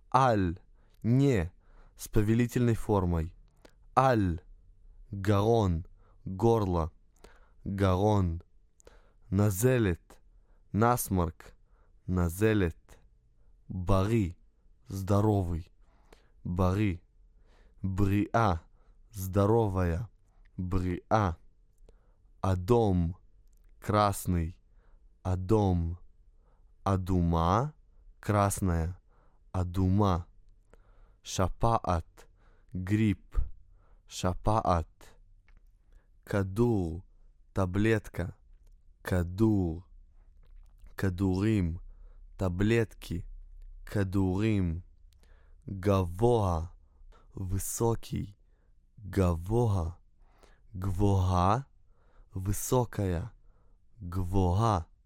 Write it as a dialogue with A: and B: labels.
A: аль, не, с повелительной формой. Аль, гарон, горло, гарон. Назелет, насморк, назелет. Бари, здоровый, бари. Бриа, здоровая, бриа. Адом, красный, адом. Адума, красная, адума. Шапаат, грипп, шапаат. Кадур, таблетка, кадур. Кадурим, таблетки, кадурим. Гавоа, высокий, гавоа. Гвоа, высокая, гвоа.